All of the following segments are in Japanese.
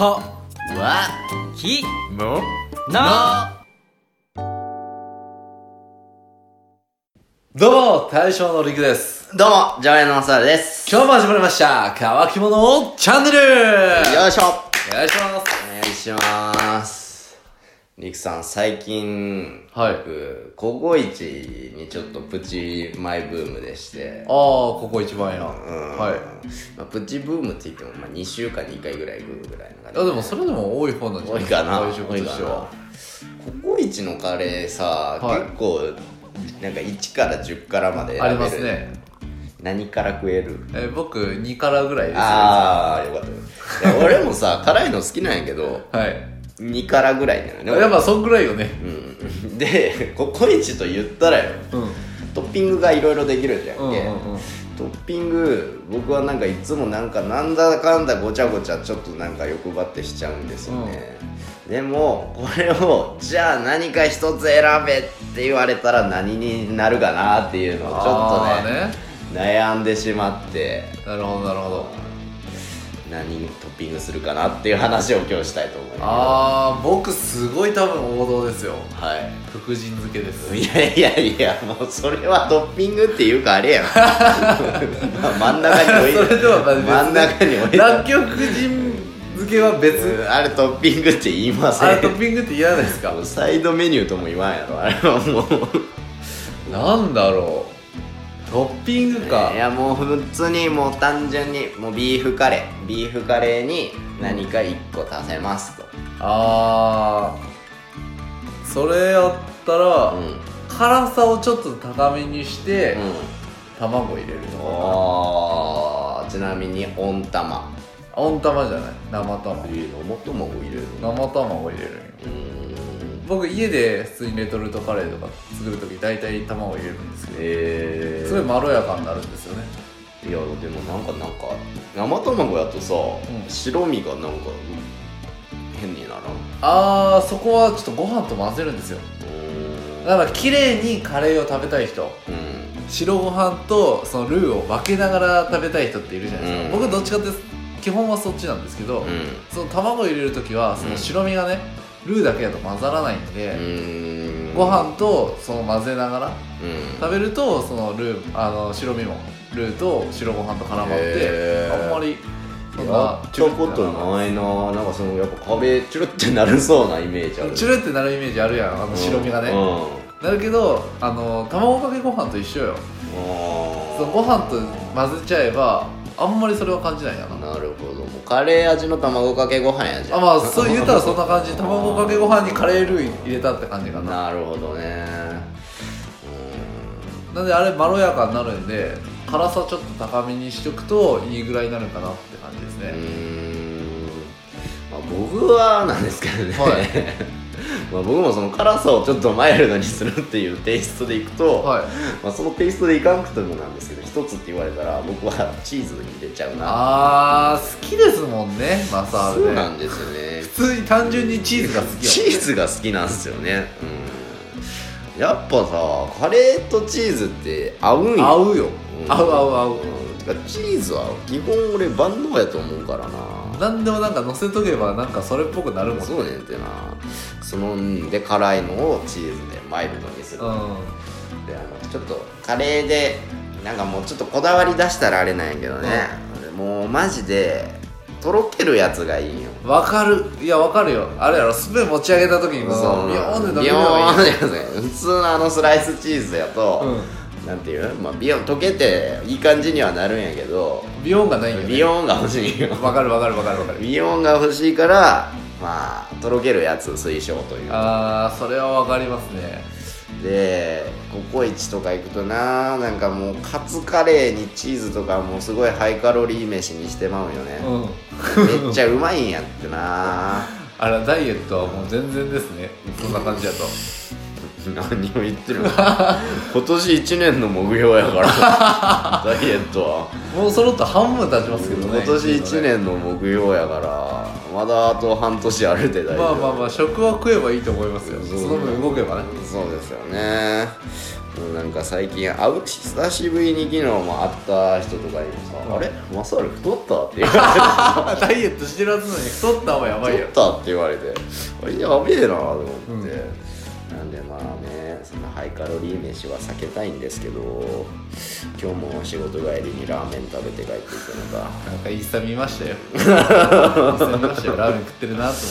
かわきもなどうも大将のりくです。 どうも常連のマサルです。 今日も始まりました乾き物チャンネル。 よいしょお願いします。 お願いします。りくさん最近、 はい僕ココイチにちょっとプチマイブームでして、 ここ一番や。はい。 まあ、プチブームって言っても、まあ、2週間に1回ぐらい行くぐらいの感じ。 でもそれでも多い方なんじゃない多いかな。 外食としては。 ココイチのカレーさ、 はい結構なんか1から10からまで選べる。 ありますね。 何から食える？ 僕2辛ぐらいですよ。 ああ、よかった。いや俺もさ辛いの好きなんやけどはい。 2辛ぐらいなのね。 やっぱそんぐらいよね。 うん。でココイチと言ったらよ、トッピングがいろいろできるじゃんけ、トッピング僕はなんかいつもなんだかんだごちゃごちゃちょっとなんか欲張ってしちゃうんですよね、でもこれをじゃあ何か一つ選べって言われたら何になるかなっていうのをちょっとね悩んでしまって。 なるほどなるほど。 何トッピングするかなっていう話を今日したいと思います。 僕すごい多分王道ですよ。 はい。 福神漬けです。 いやもうそれはトッピングっていうかあれやん。真ん中に置いてそれではまず別真ん中に置いてらっきょう福神漬けは別、 あれトッピングって言いません。 あれトッピングって言わないですか？ サイドメニューとも言わんやろあれはもう。 なんだろう、トッピングか。 いやもう普通にもう単純にもうビーフカレーに何か1個足せますと。 それやったら、 うん、 辛さをちょっと高めにして、卵入れるのかな。ちなみに温玉。 温玉じゃない、生卵。 生卵入れる生卵入れるんよ。僕家で普通にレトルトカレーとか作るとき大体卵入れるんですけど、すごいまろやかになるんですよね。 いやでもなんか生卵やとさ、白身がなんか変にならん？ そこはちょっとご飯と混ぜるんですよ。だから綺麗にカレーを食べたい人、白ご飯とそのルーを分けながら食べたい人っているじゃないですか、僕どっちかって基本はそっちなんですけど、その卵入れるときはその白身がね、ルーだけだと混ざらないんで、ご飯とその混ぜながら食べると、そのルー白身もルーと白ご飯と絡まって、あんまりそんなやったことないな。なんかそのやっぱ壁チュルってなるそうなイメージある。 チュルってなるイメージあるやん、白身がね、なるけど卵かけご飯と一緒よ。そのご飯と混ぜちゃえばあんまりそれは感じないかな。 なるほど。もうカレー味の卵かけご飯やじゃん。 そう言ったらそんな感じ。卵かけご飯にカレールー入れたって感じかな。 なるほどね。 なんであれまろやかになるんで、辛さちょっと高めにしとくといいぐらいになるかなって感じですね。 まあ、僕はなんですけどね、まあ僕もその辛さをちょっとマイルドにするっていうテイストでいくと、まあそのテイストでいかんくてもなんですけど、一つって言われたら僕はチーズに入れちゃうな。 好きですもんね、マサール。 そうなんですよね。 普通に単純にチーズが好きよ、ね、 チーズが好きなんですよね。やっぱさカレーとチーズって合うんよ。 合うよ、合う。 てかチーズは基本俺万能やと思うからな。 何でもなんか乗せとけばなんかそれっぽくなるもんね。 そうねんってな。そので辛いのをチーズでマイルドにする、でちょっとカレーでなんかもうちょっとこだわり出したらあれなんやけどね、もうマジでとろけるやつがいいんよ。 わかる。いやわかるよ。あれやろ、スプーン持ち上げた時にビヨーンって伸びるのがいい。 普通のスライスチーズやと、なんていう、まあビヨン溶けていい感じにはなるんやけど、 ビヨーンがないんよね。 ビヨーンが欲しいよ。 わかる。 ビヨーンが欲しいから、まあとろけるやつ推奨という。 それはわかりますね。でココイチとか行くとなんかもうカツカレーにチーズとかもうすごいハイカロリー飯にしてまうよね、めっちゃうまいんやってな。 ダイエットはもう全然ですね、そんな感じだと。 何を言ってるの。今年1年の目標やからダイエットはもうそろっと半分経ちますけどね。 今年1年の目標やからまだあと半年あるで大丈夫。 まあ食は食えばいいと思いますよ。その分動けばね。 そうですよね。 なんか最近久しぶりに昨日も会った人とかにもさ、あれマサル太ったって言われてダイエットしてるはずなのに太った方がやばいよ。 太ったって言われて、あれやべえなと思って、なんでまあね、そのハイカロリー飯は避けたいんですけど、今日も仕事帰りにラーメン食べて帰っていくのがなんかインスタ見ましたよ。インスタ見ましたよ。ラーメン食ってるなと思って。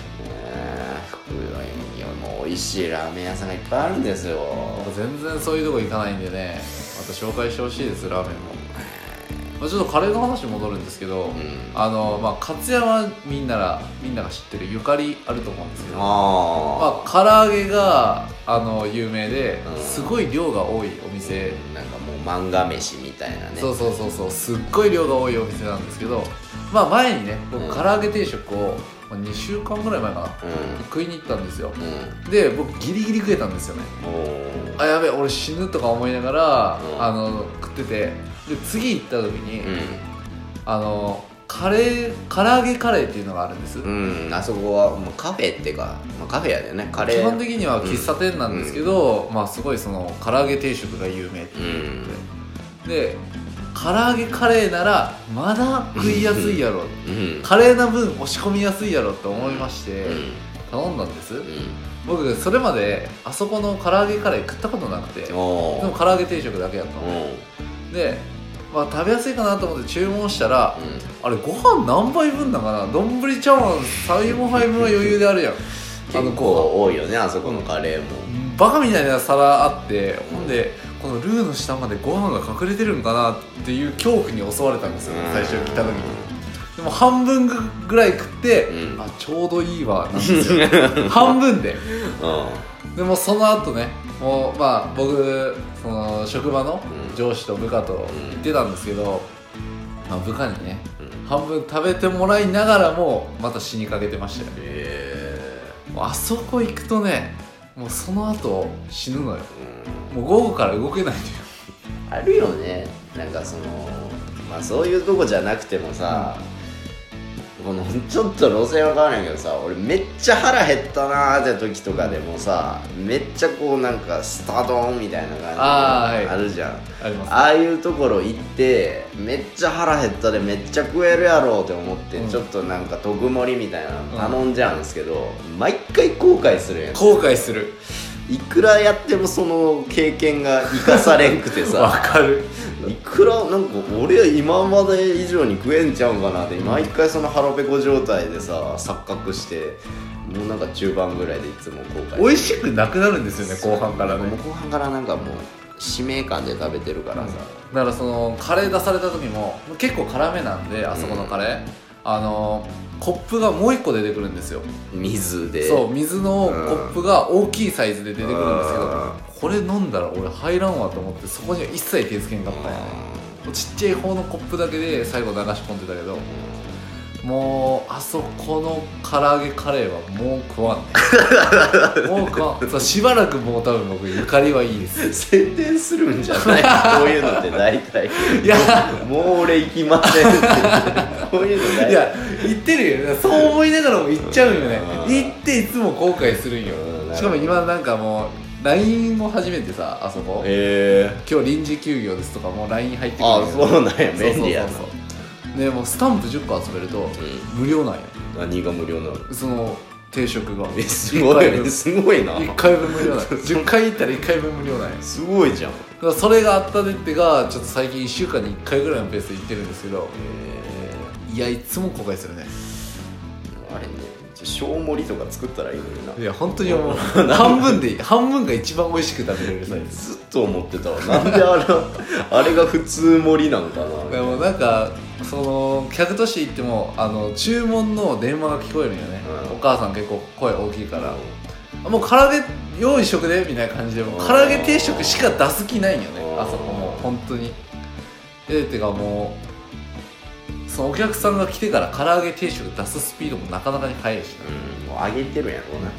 福井にはもう美味しいラーメン屋さんがいっぱいあるんですよ。 全然そういうとこ行かないんでね、また紹介してほしいです、ラーメンも。ちょっとカレーの話戻るんですけど、勝山みんなが知ってるゆかりあると思うんですけど、唐揚げが有名で、すごい量が多いお店、 なんかもう漫画飯みたいなね。 そうすっごい量が多いお店なんですけど、前にね僕唐揚げ定食を2週間ぐらい前かな、食いに行ったんですよ。で僕ギリギリ食えたんですよね。やべえ俺死ぬとか思いながら、食ってて、で次行った時に、唐揚げカレーっていうのがあるんです。 あそこはもうカフェっていうか、カフェやでね、カレー基本的には喫茶店なんですけど、すごいその唐揚げ定食が有名っていうことで、で唐揚げカレーならまだ食いやすいやろ、カレーな分押し込みやすいやろって思いまして、頼んだんです。僕それまであそこの唐揚げカレー食ったことなくて、でも唐揚げ定食だけやったので、食べやすいかなと思って注文したら、あれご飯何杯分だかな、丼茶碗 3,4 杯分は余裕であるやん。 結構多いよね、あそこのカレーも。 バカみたいな皿あって、ほんでこのルーの下までご飯が隠れてるんかなっていう恐怖に襲われたんですよ、最初来た時に。でも半分ぐらい食って、ちょうどいいわなんですよ半分で。でもその後ね、もう僕その職場の上司と部下と行ってたんですけど、部下にね、半分食べてもらいながらもまた死にかけてましたよ。もうあそこ行くとね、もうその後死ぬのよ。もう午後から動けないのよ。 あるよね、なんかそのそういうとこじゃなくてもさ、このちょっと路線は変わらないけどさ、俺めっちゃ腹減ったなーって時とかでもさ、めっちゃこうなんかスタドンみたいな感じあるじゃん。 ありますね。 ああいうところ行ってめっちゃ腹減ったでめっちゃ食えるやろうって思って、ちょっとなんか特盛りみたいなの頼んじゃうんですけど、毎回後悔するやん。 後悔する。 いくらやってもその経験が生かされんくてさわかる。 いくらなんか俺は今まで以上に食えんちゃうんかなって毎回その腹ペコ状態でさ錯覚して、もうなんか中盤ぐらいでいつも後悔。 美味しくなくなるんですよね、後半からね。 もう後半からなんかもう使命感で食べてるからさ、 だからそのカレー出された時も結構辛めなんで、あそこのカレー、コップがもう一個出てくるんですよ。 水で。 そう、水のコップが大きいサイズで出てくるんですけど、これ飲んだら俺入らんわと思って、そこには一切手つけんかったんやね。ちっちゃい方のコップだけで最後流し込んでたけど、もうあそこの唐揚げカレーはもう食わんねもう食わん。そう、しばらくもう多分僕ゆかりはいいです宣伝するんじゃないこういうのって大体いやもう俺行きませんってこういうの大体。 いや言ってるよ、そう思いながらも行っちゃうんよね。行っていつも後悔するんよ。しかも今なんかもう LINE も初めてさ、あそこ、今日臨時休業ですとかもう LINE 入ってくる。 あ、そうなんや、便利やな。 でもうスタンプ10個集めると無料なんや。 何が無料なの？ その定食がすごいすごいな。 1回分無料なんや。10回行ったら1回分無料なんや。 すごいじゃん。だからそれがあったでってがちょっと最近1週間に1回ぐらいのペースで行ってるんですけど、いやいつも後悔するね。 あれね、小盛りとか作ったらいいのにな。 いや本当に思う半分でいい。半分が一番美味しく食べれるサイズ。 ずっと思ってたわ。なんであれが普通盛りなんかな。 でもなんかその客として行っても注文の電話が聞こえるんよね、お母さん結構声大きいから、もう唐揚げ用意しとくでみたいな感じで、もう唐揚げ定食しか出す気ないんよね、あそこもう本当に。てかもうそのお客さんが来てから唐揚げ定食出すスピードもなかなかに速いし、 もう上げてるやろ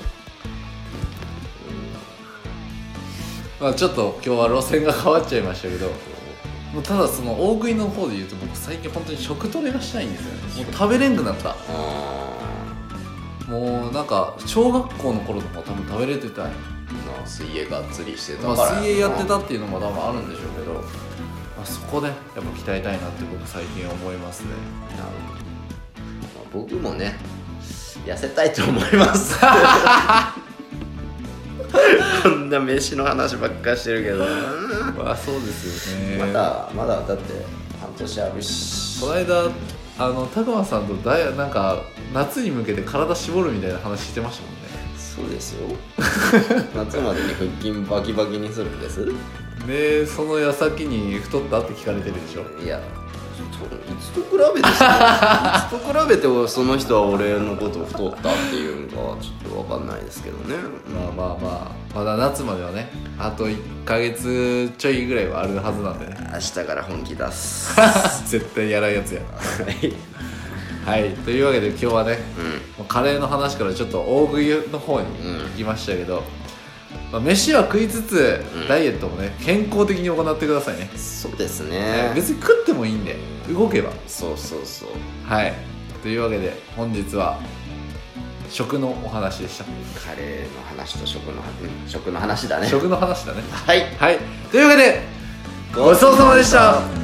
うな。 ちょっと今日は路線が変わっちゃいましたけど、もうただその大食いの方で言うと僕最近本当に食トレがしたいんですよね。もう食べれんくなった。もうなんか小学校の頃とか多分食べれてたんや。 まあ水泳がっつりしてたから、 水泳やってたっていうのも多分あるんでしょうけど、そこでやっぱ鍛えたいなって僕最近思いますね。 なるほど、僕もね痩せたいと思いますこんな飯の話ばっかしてるけどまあそうですよね。 まだだって半年あるし、 この間たくまさんとなんか夏に向けて体絞るみたいな話してましたもんね。 そうですよ夏までに腹筋バキバキにするんですでその矢先に太ったって聞かれてるでしょ。 いや、いつと比べていつと比べてその人は俺のことを太ったっていうのかちょっと分かんないですけどね。 まあまだ夏まではねあと1ヶ月ちょいぐらいはあるはずなんでね。 明日から本気出す絶対やらんやつやはい、というわけで今日はね、カレーの話からちょっと大食いの方に行きましたけど、飯は食いつつ、ダイエットもね健康的に行ってくださいね。 そうですね、 別に食ってもいいんで動けば。 そうはい、というわけで本日は食のお話でした。 カレーの話と食の話だね。 食の話だね。 はい、 というわけでごちそうさまでした。